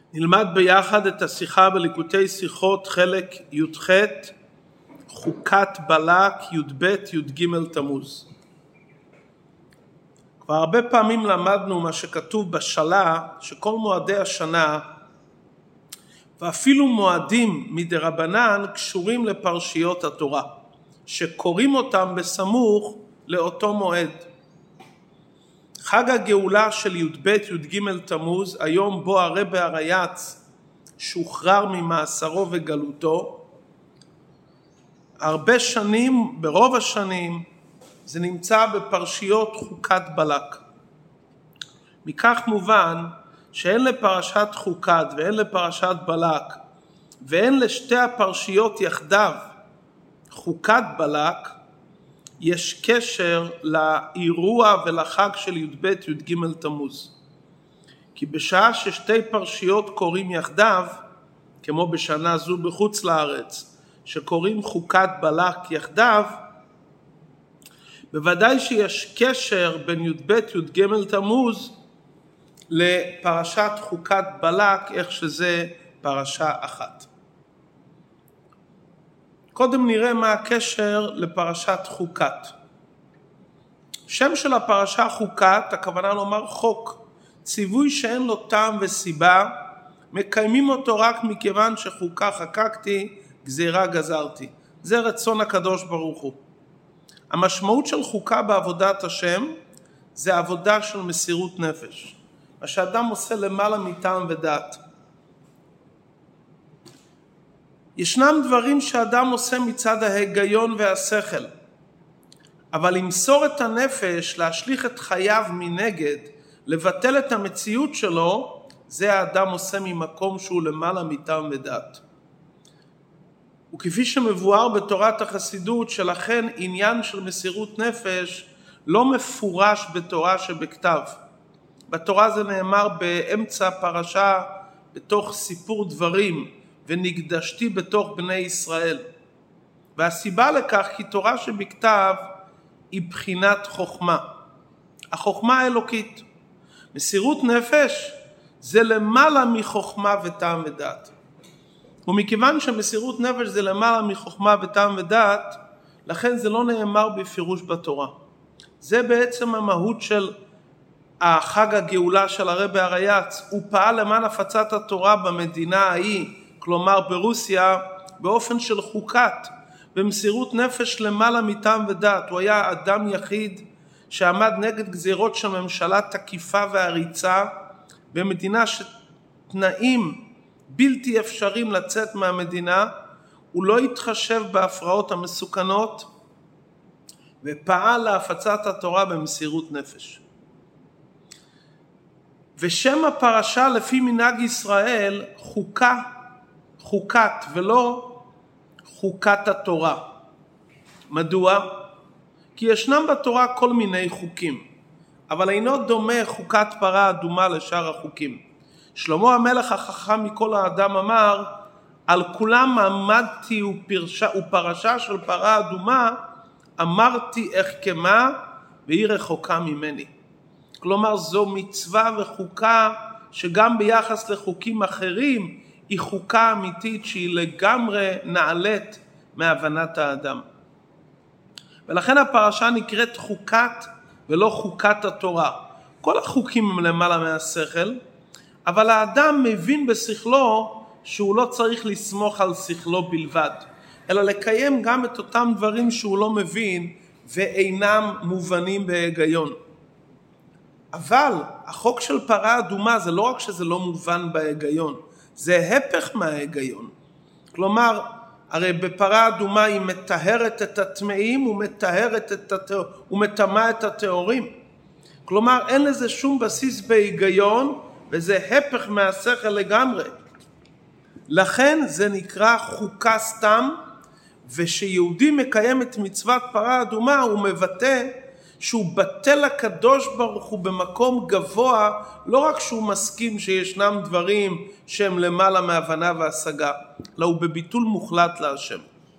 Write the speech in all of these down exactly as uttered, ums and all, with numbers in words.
נלמד ביחד את השיחה בליקוטי שיחות חלק י"ח, חוקת בלק י"ב י"ג תמוז. כבר הרבה פעמים למדנו מה שכתוב בשלה, שכל מועדי השנה ואפילו מועדים מדרבנן קשורים לפרשיות התורה, שקוראים אותם בסמוך לאותו מועד. חג הגאולה של י"ב י"ג תמוז, היום בו הרבי הריי"צ שוחרר ממאסרו וגלותו, הרבה שנים, ברוב השנים, זה נמצא בפרשיות חוקת בלק. מכך מובן שאין לפרשת חוקת ואין לפרשת בלק ואין לשתי הפרשיות יחדיו חוקת בלק, יש קשר לאירוע ולחג של י"ב י"ג תמוז. כי בשעה ששתי פרשיות קוראים יחדיו, כמו בשנה זו בחוץ לארץ, שקוראים חוקת בלק יחדיו, בוודאי שיש קשר בין י"ב י"ג תמוז לפרשת חוקת בלק, איך שזה פרשה אחת. קודם נראה מה הקשר לפרשת חוקת. שם של הפרשה חוקת, הכוונה לומר חוק, ציווי שאין לו טעם וסיבה, מקיימים אותו רק מכיוון שחוקה חקקתי, גזירה גזרתי. זה רצון הקדוש ברוך הוא. המשמעות של חוקה בעבודת השם זה עבודה של מסירות נפש, מה שאדם עושה למעלה מטעם ודעת. ישנם דברים שאדם עושה מצד ההיגיון והשכל, אבל למסור את הנפש, להשליך את חייו מנגד, לבטל את המציאות שלו, זה האדם עושה ממקום שהוא למעלה מטעם ודעת. וכפי שמבואר בתורת החסידות, שלכן עניין של מסירות נפש לא מפורש בתורה שבכתב. בתורה זה נאמר באמצע פרשה, בתוך סיפור דברים, ונקדשתי בתוך בני ישראל. והסיבה לכך כי תורה שבכתב היא בחינת חוכמה. החוכמה האלוקית. מסירות נפש זה למעלה מחוכמה וטעם ודעת. ומכיוון שמסירות נפש זה למעלה מחוכמה וטעם ודעת, לכן זה לא נאמר בפירוש בתורה. זה בעצם המהות של החג הגאולה של הרבי הריי"צ. הוא פעל למען הפצת התורה במדינה ההיא, כלומר ברוסיה, באופן של חוקת, במסירות נפש למעלה מטעם ודעת. הוא היה אדם יחיד שעמד נגד גזירות של ממשלה תקיפה ועריצה, במדינה שתנאים בלתי אפשריים לצאת מהמדינה, הוא לא התחשב בהפרעות המסוכנות, ופעל להפצת התורה במסירות נפש. ושם הפרשה לפי מנהג ישראל חוקה, חוקת ולא חוקת התורה. מדוע? כי ישנם בתורה כל מיני חוקים, אבל אינו דומה חוקת פרה אדומה לשאר החוקים. שלמה המלך החכם מכל האדם אמר, על כולם עמדתי ופרשה, ופרשה של פרה אדומה, אמרתי איך כמה והיא רחוקה ממני. כלומר זו מצווה וחוקה שגם ביחס לחוקים אחרים היא חוקה אמיתית שהיא לגמרי נעלית מהבנת האדם. ולכן הפרשה נקראת חוקת ולא חוקת התורה. כל החוקים הם למעלה מהשכל, אבל האדם מבין בשכלו שהוא לא צריך לסמוך על שכלו בלבד, אלא לקיים גם את אותם דברים שהוא לא מבין ואינם מובנים בהיגיון. אבל החוק של פרה אדומה זה לא רק שזה לא מובן בהיגיון, זה הפך מההיגיון. כלומר, הרי בפרה אדומה היא מטהרת את הטמאים ומטהרת את הטהור, ומטמאה את הטהורים. כלומר, אין לזה שום בסיס בהיגיון, וזה הפך מהשכל לגמרי. לכן זה נקרא חוקה סתם, ושיהודי מקיים את מצוות פרה אדומה, הוא מבטא שהוא בטל הקדוש ברוך הוא במקום גבוה, לא רק שהוא מסכים שישנם דברים שהם למעלה מהבנה והשגה, אלא הוא בביטול מוחלט להשם.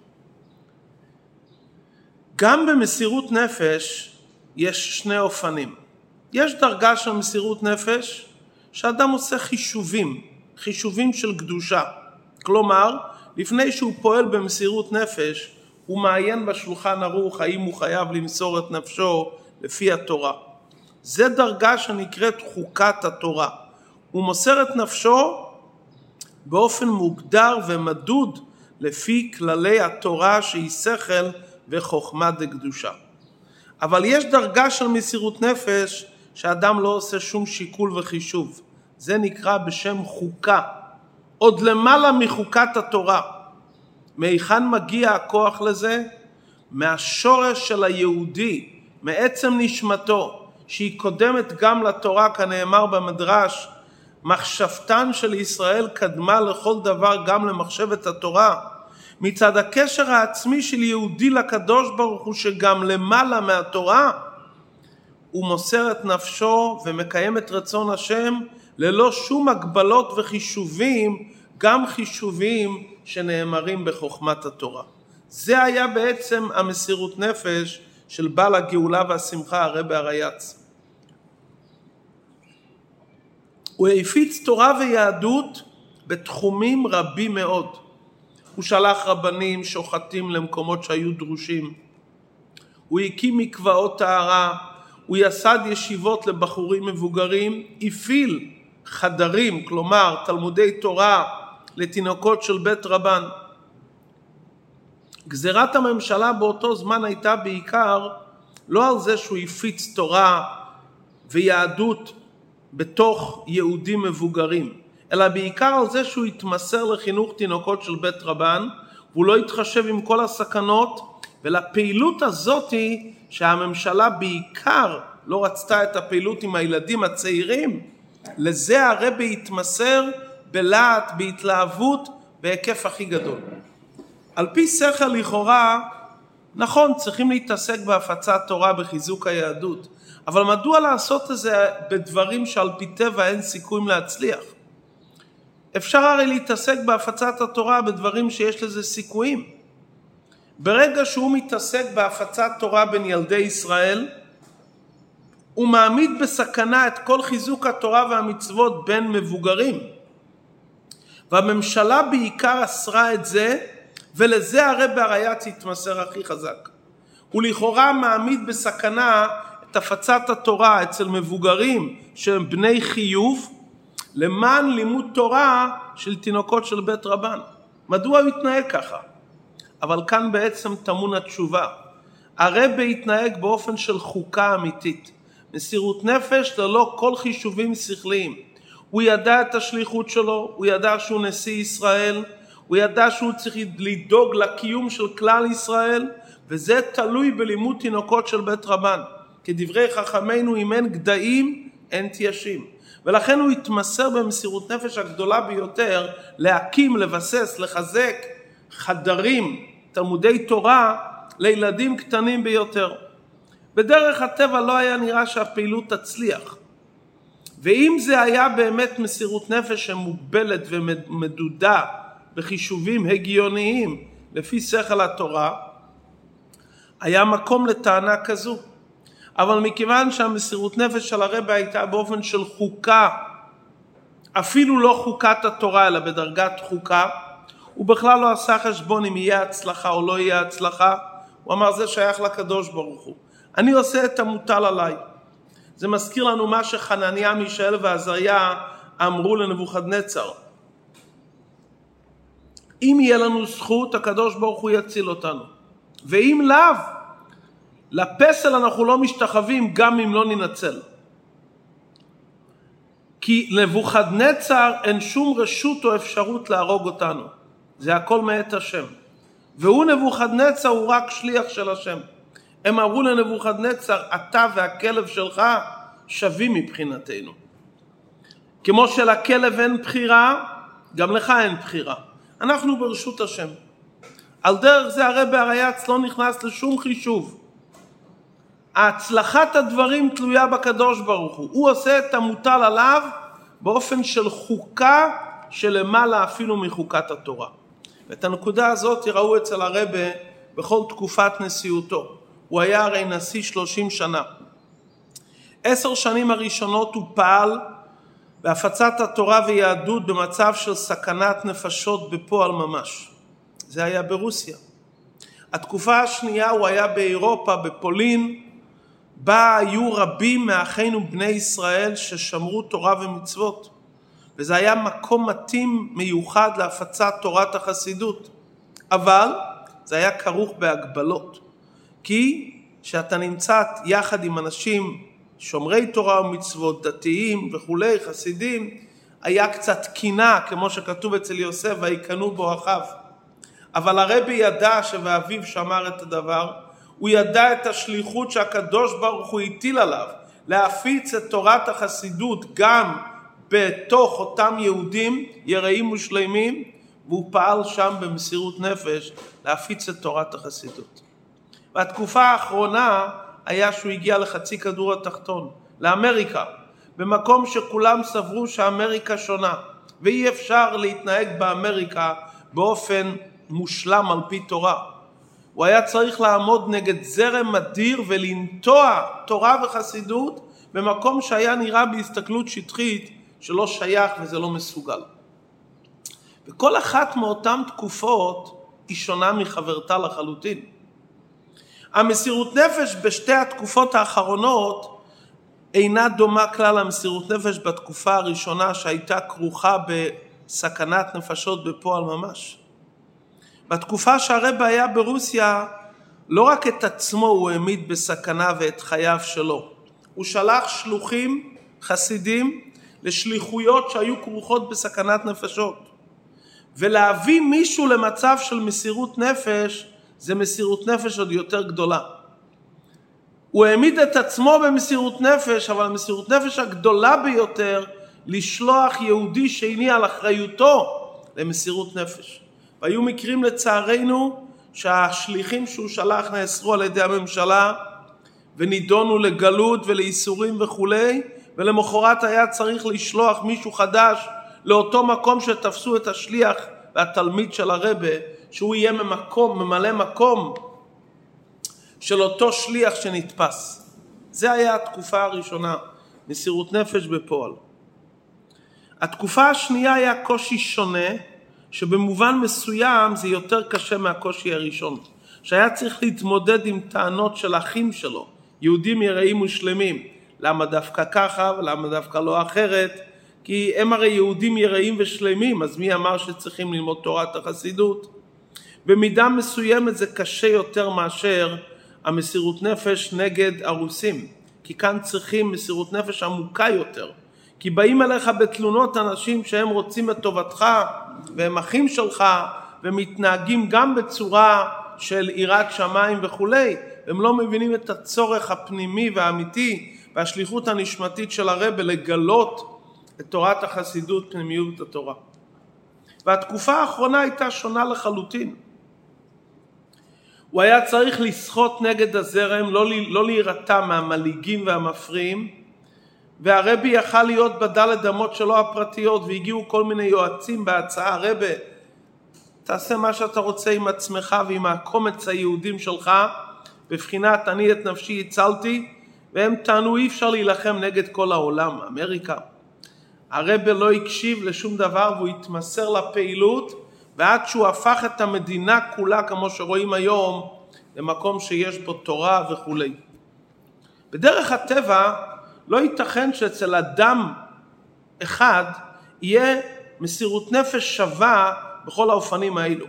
גם במסירות נפש יש שני אופנים. יש דרגה של מסירות נפש שאדם עושה חישובים, חישובים של קדושה. כלומר, לפני שהוא פועל במסירות נפש, הוא מעיין בשולחן ערוך האם הוא חייב למסור את נפשו לפי התורה. זה דרגה שנקראת חוקת התורה. הוא מוסר את נפשו באופן מוגדר ומדוד לפי כללי התורה שהיא שכל וחוכמה דקדושה. אבל יש דרגה של מסירות נפש שאדם לא עושה שום שיקול וחישוב. זה נקרא בשם חוקה. עוד למעלה מחוקת התורה. מהיכן מגיע הכוח לזה? מהשורש של היהודי, מעצם נשמתו, שהיא קודמת גם לתורה, כנאמר במדרש, מחשבתן של ישראל קדמה לכל דבר, גם למחשבת התורה. מצד הקשר העצמי של יהודי לקדוש ברוך הוא, שגם למעלה מהתורה, הוא מוסר את נפשו ומקיים את רצון השם ללא שום הגבלות וחישובים, גם חישובים שנאמרים בחוכמת התורה. זה היה בעצם המסירות נפש של בעל הגאולה והשמחה, הרבי הריי"צ. הוא הפיץ תורה ויהדות בתחומים רבים מאוד. הוא שלח רבנים שוחטים למקומות שהיו דרושים. הוא הקים מקוואות טהרה, הוא יסד ישיבות לבחורים מבוגרים, הפעיל חדרים, כלומר תלמודי תורה לתינוקות של בית רבן. גזירת הממשלה באותו זמן הייתה בעיקר לא על זה שהוא הפיץ תורה ויהדות בתוך יהודים מבוגרים, אלא בעיקר על זה שהוא התמסר לחינוך תינוקות של בית רבן, והוא לא התחשב עם כל הסכנות, ולפעילות הזאת שהממשלה בעיקר לא רצתה את הפעילות עם הילדים הצעירים, לזה הרבי התמסר בלהט, בהתלהבות, בהיקף הכי גדול. על פי שכל לכאורה, נכון, צריכים להתעסק בהפצת תורה, בחיזוק היהדות, אבל מדוע לעשות את זה בדברים שעל פי טבע אין סיכויים להצליח? אפשר הרי להתעסק בהפצת התורה בדברים שיש לזה סיכויים. ברגע שהוא מתעסק בהפצת תורה בין ילדי ישראל, הוא מעמיד בסכנה את כל חיזוק התורה והמצוות בין מבוגרים. והממשלה בעיקר אסרה את זה, ולזה הרבי הריי"צ התמסר הכי חזק. הוא לכאורה מעמיד בסכנה את הפצת התורה אצל מבוגרים שהם בני חיוב, למען לימוד תורה של תינוקות של בית רבן. מדוע הוא התנהג ככה? אבל כאן בעצם טמון התשובה. הרבי התנהג באופן של חוקה אמיתית, מסירות נפש ללא כל חישובים שכליים. הוא ידע את השליחות שלו, הוא ידע שהוא נשיא ישראל, הוא ידע שהוא צריך לדאוג לקיום של כלל ישראל, וזה תלוי בלימוד תינוקות של בית רבן. כדברי חכמינו, אם אין גדיים, אין תיישים. ולכן הוא התמסר במסירות נפש הגדולה ביותר להקים, לבסס, לחזק חדרים, תלמודי תורה לילדים קטנים ביותר. בדרך הטבע לא היה נראה שהפעילות תצליח. ואם זה היה באמת מסירות נפש שמוגבלת ומדודה בחישובים הגיוניים לפי שכל התורה, היה מקום לטענה כזו. אבל מכיוון שהמסירות נפש של הרבי הייתה באופן של חוקה, אפילו לא חוקת התורה אלא בדרגת חוקה, הוא בכלל לא עשה חשבון אם יהיה הצלחה או לא יהיה הצלחה. הוא אמר, זה שייך לקדוש ברוך הוא, אני עושה את המוטל עליי. זה מזכיר לנו מה שחנניה, מישאל ועזריה אמרו לנבוכדנצר. אם יהיה לנו זכות, הקדוש ברוך הוא יציל אותנו, ואם לאו, לפסל אנחנו לא משתחווים גם אם לא ננצל. כי לנבוכדנצר אין שום רשות או אפשרות להרוג אותנו, זה הכל מאת השם, והוא נבוכדנצר הוא רק שליח של השם. הם אמרו לנבוכדנצר, אתה והכלב שלך שווים מבחינתנו. כמו שלכלב אין בחירה, גם לך אין בחירה. אנחנו ברשות השם. על דרך זה הרבי הריי"צ לא נכנס לשום חישוב. הצלחת הדברים תלויה בקדוש ברוך הוא. הוא עושה את המוטל עליו באופן של חוקה שלמעלה אפילו מחוקת התורה. ואת הנקודה הזאת ראו אצל הרבי בכל תקופת נשיאותו. הוא היה הרי נשיא שלושים שנה. עשר שנים הראשונות הוא פעל בהפצת התורה ויהדות במצב של סכנת נפשות בפועל ממש. זה היה ברוסיה. התקופה השנייה הוא היה באירופה, בפולין, בה היו רבים מאחינו בני ישראל ששמרו תורה ומצוות. וזה היה מקום מתאים מיוחד להפצת תורת החסידות. אבל זה היה כרוך בהגבלות. כי שאתה נמצא יחד עם אנשים שומרי תורה ומצוות, דתיים וכולי, חסידים, היה קצת קינה, כמו שכתוב אצל יוסף, ויקנו בו אחיו. אבל הרבי ידע שבאביו שמר את הדבר, הוא ידע את השליחות שהקדוש ברוך הוא הטיל עליו, להפיץ את תורת החסידות גם בתוך אותם יהודים יראים ושלמים, והוא פעל שם במסירות נפש להפיץ את תורת החסידות. והתקופה האחרונה היה שהוא הגיע לחצי כדור התחתון, לאמריקה, במקום שכולם סברו שאמריקה שונה, ואי אפשר להתנהג באמריקה באופן מושלם על פי תורה. הוא היה צריך לעמוד נגד זרם אדיר ולנטוע תורה וחסידות במקום שהיה נראה בהסתכלות שטחית שלא שייך וזה לא מסוגל. וכל אחת מאותן תקופות היא שונה מחברתה לחלוטין. המסירות נפש בשתי התקופות האחרונות אינה דומה כלל למסירות נפש בתקופה הראשונה שהייתה כרוכה בסכנת נפשות בפועל ממש. בתקופה שהרבי היה ברוסיה, לא רק את עצמו הוא העמיד בסכנה ואת חייו שלו. הוא שלח שלוחים חסידים לשליחויות שהיו כרוכות בסכנת נפשות. ולהביא מישהו למצב של מסירות נפש, זה מסירות נפש עוד יותר גדולה. הוא העמיד את עצמו במסירות נפש, אבל המסירות נפש הגדולה ביותר, לשלוח יהודי שני על אחריותו למסירות נפש. והיו מקרים לצערנו שהשליחים שהוא שלח נאסרו על ידי הממשלה ונידונו לגלות ולאיסורים וכולי, ולמחרת היה צריך לשלוח מישהו חדש לאותו מקום שתפסו את השליח והתלמיד של הרבי, שהוא יהיה ממקום, ממלא מקום של אותו שליח שנתפס. זה היה התקופה הראשונה, מסירות נפש בפועל. התקופה השנייה היה קושי שונה, שבמובן מסוים זה יותר קשה מהקושי הראשון, שהיה צריך להתמודד עם טענות של אחים שלו, יהודים יראים ושלמים, למה דווקא ככה ולמה דווקא לא אחרת, כי הם הרי יהודים יראים ושלמים, אז מי אמר שצריכים ללמוד תורת החסידות? במידה מסוימת זה קשה יותר מאשר המסירות נפש נגד הרוסים, כי כאן צריכים מסירות נפש עמוקה יותר, כי באים אליך בתלונות אנשים שהם רוצים את טובתך והם אחים שלך ומתנהגים גם בצורה של יראת שמיים וכולי, הם לא מבינים את הצורך הפנימי והאמיתי והשליחות הנשמתית של הרבי לגלות את תורת החסידות, פנימיות התורה. והתקופה האחרונה הייתה שונה לחלוטין. הוא היה צריך לשחות נגד הזרם, לא, לא להירתע מהמליגים והמפריעים, והרבי יכל להיות בדלת אמות שלו הפרטיות, והגיעו כל מיני יועצים בהצעה, הרבי, תעשה מה שאתה רוצה עם עצמך ועם הקומץ היהודים שלך, בבחינת אני את נפשי הצלתי, והם טענו אי אפשר להילחם נגד כל העולם, אמריקה. הרבי לא הקשיב לשום דבר והוא התמסר לפעילות, ועד שהוא הפך את המדינה כולה, כמו שרואים היום, למקום שיש בו תורה וכולי. בדרך הטבע לא ייתכן שאצל אדם אחד יהיה מסירות נפש שווה בכל האופנים האלו.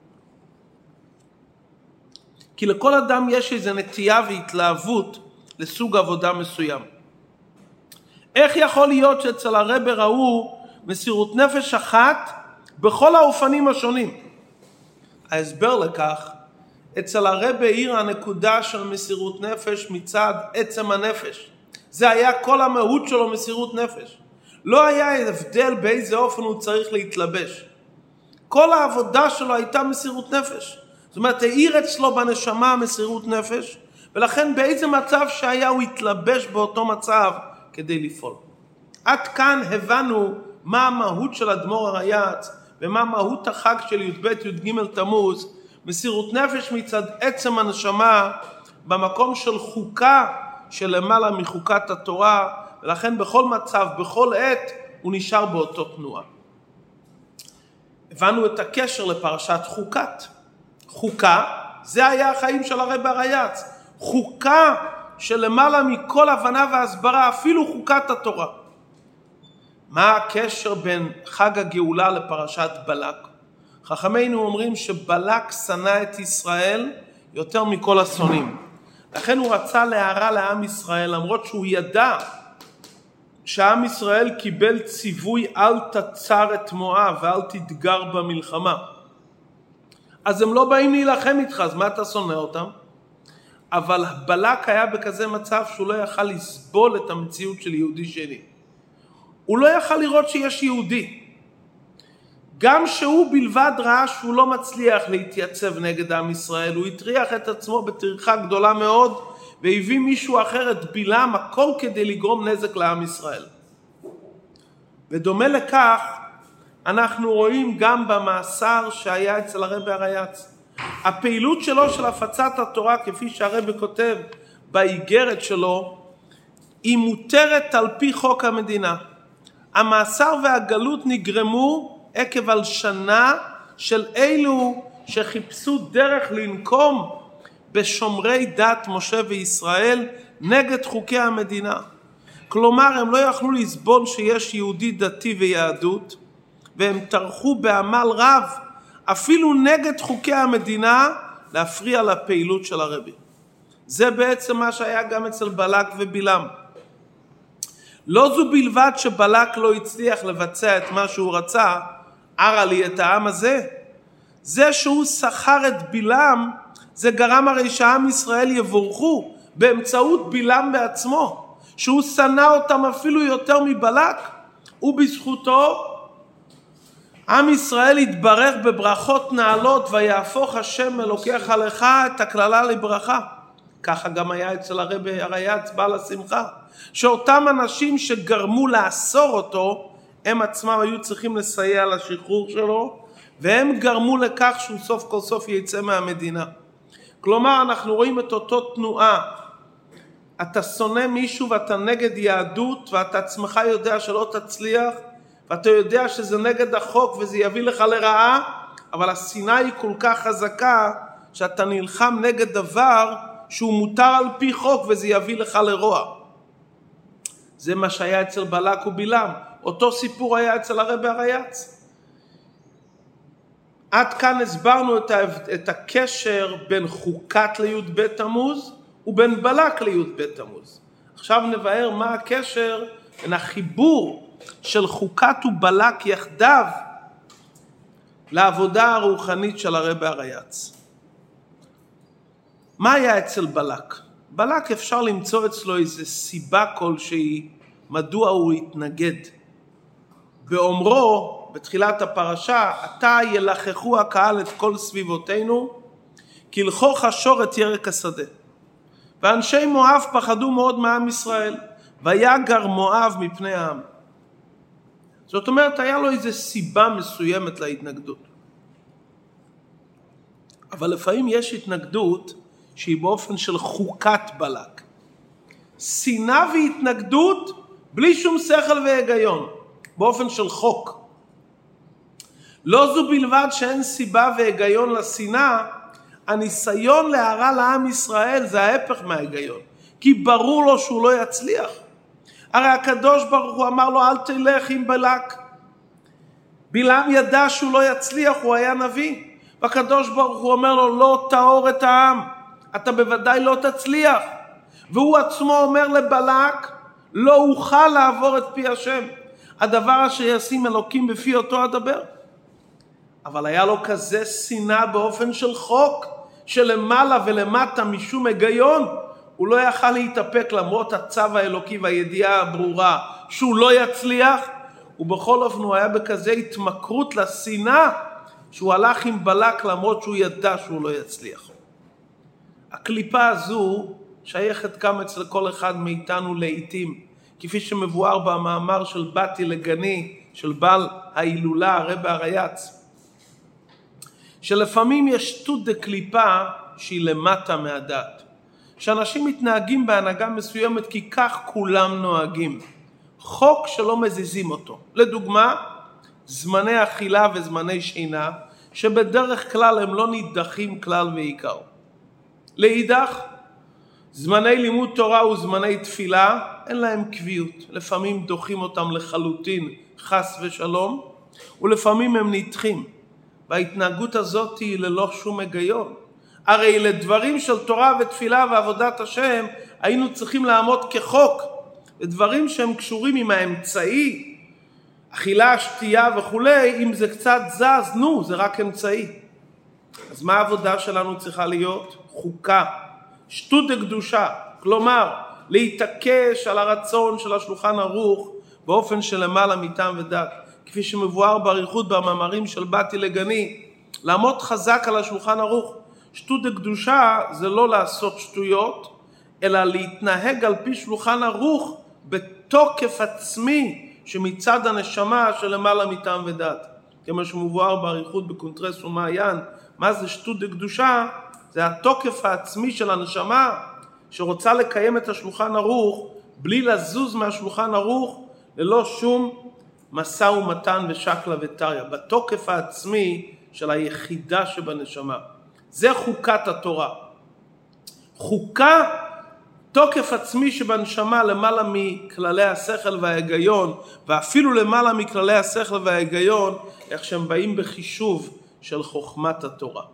כי לכל אדם יש איזו נטייה והתלהבות לסוג עבודה מסוים. איך יכול להיות שאצל הרבי ראו מסירות נפש אחת בכל האופנים השונים? ההסבר לכך, אצל הרבי העיר הנקודה של מסירות נפש מצד עצם הנפש. זה היה כל המהות שלו מסירות נפש. לא היה הבדל באיזה אופן הוא צריך להתלבש. כל העבודה שלו הייתה מסירות נפש. זאת אומרת, העיר אצלו בנשמה מסירות נפש, ולכן באיזה מצב שהיה הוא התלבש באותו מצב כדי לפעול. עד כאן הבנו מה המהות של אדמו"ר הריי"צ, ומה מהות החג של י"ב י"ג תמוז, מסירות נפש מצד עצם הנשמה, במקום של חוקה של למעלה מחוקת התורה, ולכן בכל מצב, בכל עת, הוא נשאר באותו תנועה. הבנו את הקשר לפרשת חוקת. חוקה, זה היה החיים של הרב הריי"צ. חוקה שלמעלה מכל הבנה והסברה, אפילו חוקת התורה. מה הקשר בין חג הגאולה לפרשת בלק? חכמינו אומרים שבלק שנא את ישראל יותר מכל השונאים. לכן הוא רצה להרע לעם ישראל, למרות שהוא ידע שעם ישראל קיבל ציווי אל תצר את מואב ואל תתגר במלחמה. אז הם לא באים להילחם איתך, אז מה אתה שונא אותם? אבל בלק היה בכזה מצב שהוא לא יכל לסבול את המציאות של יהודי שני. הוא לא יכל לראות שיש יהודי. גם שהוא בלבד ראה שהוא לא מצליח להתייצב נגד עם ישראל, הוא הטריח את עצמו בטרחה גדולה מאוד, והביא מישהו אחר את בלעם, הכל כדי לגרום נזק לעם ישראל. ודומה לכך, אנחנו רואים גם במאסר שהיה אצל הרב הריי"צ. הפעילות שלו של הפצת התורה, כפי שהרב כותב באיגרת שלו, היא מותרת על פי חוק המדינה. המאסר והגלות נגרמו עקב הלשנה של אלו שחיפשו דרך לנקום בשומרי דת משה וישראל נגד חוקי המדינה. כלומר, הם לא יכלו לסבול שיש יהודי דתי ויהדות, והם טרחו בעמל רב, אפילו נגד חוקי המדינה, להפריע לפעילות של הרבי. זה בעצם מה שהיה גם אצל בלק ובלעם. לא זו בלבד שבלק לא הצליח לבצע את מה שהוא רצה, ערה לי את העם הזה. זה שהוא שכר את בלעם, זה גרם הרי שעם ישראל יבורכו באמצעות בלעם בעצמו, שהוא שנא אותם אפילו יותר מבלק, ובזכותו עם ישראל יתברך בברכות נעלות, ויהפוך השם אלוקיך לך את הכללה לברכה. ככה גם היה אצל הרב הריי"צ בעל השמחה, שאותם אנשים שגרמו לאסור אותו, הם עצמם היו צריכים לסייע לשחרור שלו, והם גרמו לכך שהוא סוף כל סוף יצא מהמדינה. כלומר, אנחנו רואים את אותו תנועה. אתה שונא מישהו ואתה נגד יהדות, ואתה עצמך יודע שלא תצליח, ואתה יודע שזה נגד החוק וזה יביא לך לרעה, אבל השנאה היא כל כך חזקה, שאתה נלחם נגד דבר שהוא מותר על פי חוק וזה יביא לך לרוע. זה מה שהיה אצל בלק ובלעם. אותו סיפור היה אצל הרב הריי"צ. עד כאן הסברנו את הקשר בין חוקת לי"ב תמוז ובין בלק לי"ב תמוז. עכשיו נבהר מה הקשר בין החיבור של חוקת ובלק יחדיו לעבודה הרוחנית של הרב הריי"צ. מה היה אצל בלק? בלק אפשר למצוא אצלו איזו סיבה כלשהי מדוע הוא התנגד. באומרו בתחילת הפרשה, עתה ילחכו הקהל את כל סביבותינו, כלכו חשור את ירק השדה. ואנשי מואב פחדו מאוד מעם ישראל, ויגר מואב מפני העם. זאת אומרת, היה לו איזו סיבה מסוימת להתנגדות. אבל לפעמים יש התנגדות שהיא באופן של חוקת בלק. שנאה והתנגדות בלי שום שכל והיגיון, באופן של חוק. לא זו בלבד שאין סיבה והיגיון לשנאה, הניסיון להרע לעם ישראל זה ההפך מההיגיון, כי ברור לו שהוא לא יצליח. הרי הקדוש ברוך הוא אמר לו אל תלך עם בלק. בלעם ידע שהוא לא יצליח, הוא היה נביא, והקדוש ברוך הוא אומר לו לא תאור את העם, אתה בוודאי לא תצליח. והוא עצמו אומר לבלק לא אוכל לעבור את פי השם, הדבר אשר ישים אלוקים בפי אותו אדבר. אבל היה לו כזה שנאה באופן של חוק, שלמעלה ולמטה משום היגיון, הוא לא יכל להתאפק למרות הצו האלוקי והידיעה הברורה שהוא לא יצליח, ובכל אופן הוא היה בכזה התמכרות לשנאה, שהוא הלך עם בלק למרות שהוא ידע שהוא לא יצליח. הקליפה הזו שייכת גם אצל כל אחד מאיתנו לעתים, כפי שמבואר במאמר של באתי לגני, של בעל ההילולה הרב הריי"צ, שלפעמים יש שטות דקליפה שהיא למטה מהדת. שאנשים מתנהגים בהנהגה מסוימת כי כך כולם נוהגים. חוק שלא מזיזים אותו. לדוגמה, זמני אכילה וזמני שינה, שבדרך כלל הם לא נידחים כלל ועיקר. לאידך, זמני לימוד תורה וזמני תפילה, אין להם קביעות. לפעמים דוחים אותם לחלוטין, חס ושלום, ולפעמים הם נדחים. וההתנהגות הזאת היא ללא שום היגיון. הרי לדברים של תורה ותפילה ועבודת השם, היינו צריכים לעמוד כחוק. לדברים שהם קשורים עם האמצעי, אכילה, שתייה וכולי, אם זה קצת זז, נו, זה רק אמצעי. אז מה העבודה שלנו צריכה להיות? חוקה, שטות דקדושה, כלומר, להתעקש על הרצון של השולחן ערוך באופן של למעלה מטעם ודת, כפי שמבואר באריכות במאמרים של באתי לגני, לעמוד חזק על השולחן ערוך. שטות דקדושה זה לא לעשות שטויות, אלא להתנהג על פי שולחן ערוך בתוקף עצמי שמצד הנשמה של למעלה מטעם ודת. כמו שמבואר באריכות בקונטרס ומעיין, מה זה שטות דקדושה? זה התוקף העצמי של הנשמה שרוצה לקיים את השולחן ערוך בלי לזוז מהשולחן ערוך ללא שום משא ומתן ושקלה וטריה, בתוקף העצמי של היחידה שבנשמה. זה חוקת התורה. חוקה, תוקף עצמי שבנשמה למעלה מכללי השכל וההיגיון, ואפילו למעלה מכללי השכל וההיגיון, איך שהם באים בחישוב של חוכמת התורה.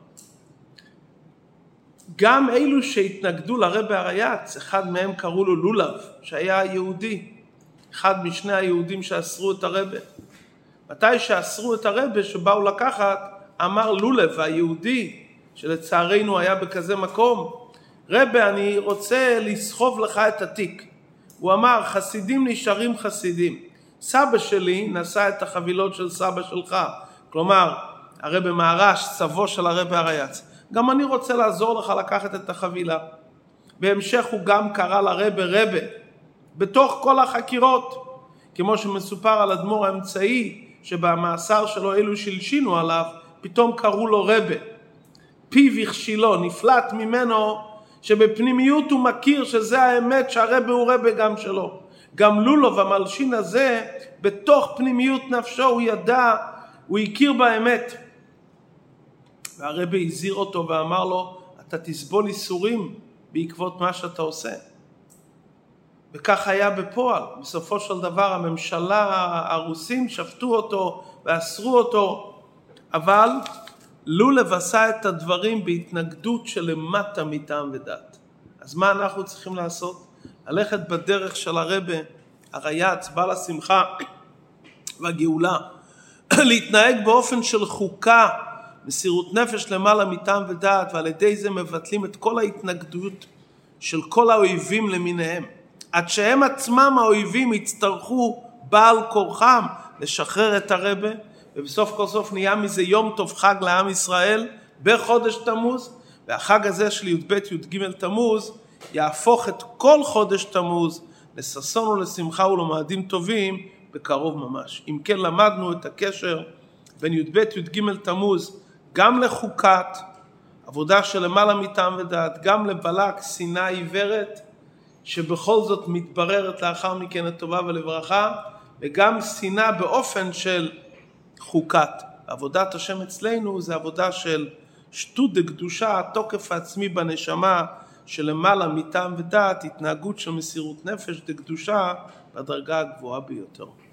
גם אלו שהתנגדו לרבי הריי"צ, אחד מהם קראו לו לולב, שהיה יהודי, אחד משני היהודים שאסרו את הרבי. מתי שאסרו את הרבי שבאו לקחת, אמר לולב היהודי, שלצערנו היה בכזה מקום, רבי, אני רוצה לסחוב לך את התיק. הוא אמר, חסידים נשארים חסידים. סבא שלי נשא את החבילות של סבא שלך. כלומר, הרבי מהר"ש, סבו של הרבי הריי"צ. גם אני רוצה לעזור לך לקחת את החבילה. בהמשך הוא גם קרא לרבי רבי. בתוך כל החקירות, כמו שמסופר על אדמו"ר האמצעי, שבמאסר שלו אלו שלשינו עליו, פתאום קראו לו רבי. פיו הכשילו, נפלט ממנו, שבפנימיות הוא מכיר שזה האמת שהרבי הוא רבי גם שלו. גם לולוב המלשין הזה, בתוך פנימיות נפשו הוא ידע, הוא הכיר באמת. והרבי הזהיר אותו ואמר לו, אתה תסבול איסורים בעקבות מה שאתה עושה. וכך היה בפועל. בסופו של דבר הממשלה, הרוסים שפטו אותו ואסרו אותו, אבל לולב עשה את הדברים בהתנגדות שלמטה מטעם ודת. אז מה אנחנו צריכים לעשות? ללכת בדרך של הרבי הריי"צ, בעל השמחה והגאולה, להתנהג באופן של חוקה, מסירות נפש למעלה מטעם ודת, ועל ידי זה מבטלים את כל ההתנגדות של כל האויבים למיניהם. עד שהם עצמם האויבים יצטרכו בעל כורחם לשחרר את הרבי, ובסוף כל סוף נהיה מזה יום טוב חג לעם ישראל בחודש תמוז, והחג הזה של י"ב י"ג תמוז יהפוך את כל חודש תמוז לששון ולשמחה ולמועדים טובים בקרוב ממש. אם כן, למדנו את הקשר בין י"ב י"ג תמוז גם לחוקת, עבודה של למעלה מטעם ודת, גם לבלק, שנאה עיוורת, שבכל זאת מתבררת לאחר מכן לטובה ולברכה, וגם שנאה באופן של חוקת. עבודת השם אצלנו זה עבודה של שטות דקדושה, התוקף העצמי בנשמה שלמעלה מטעם ודת, התנהגות של מסירות נפש דקדושה בדרגה הגבוהה ביותר.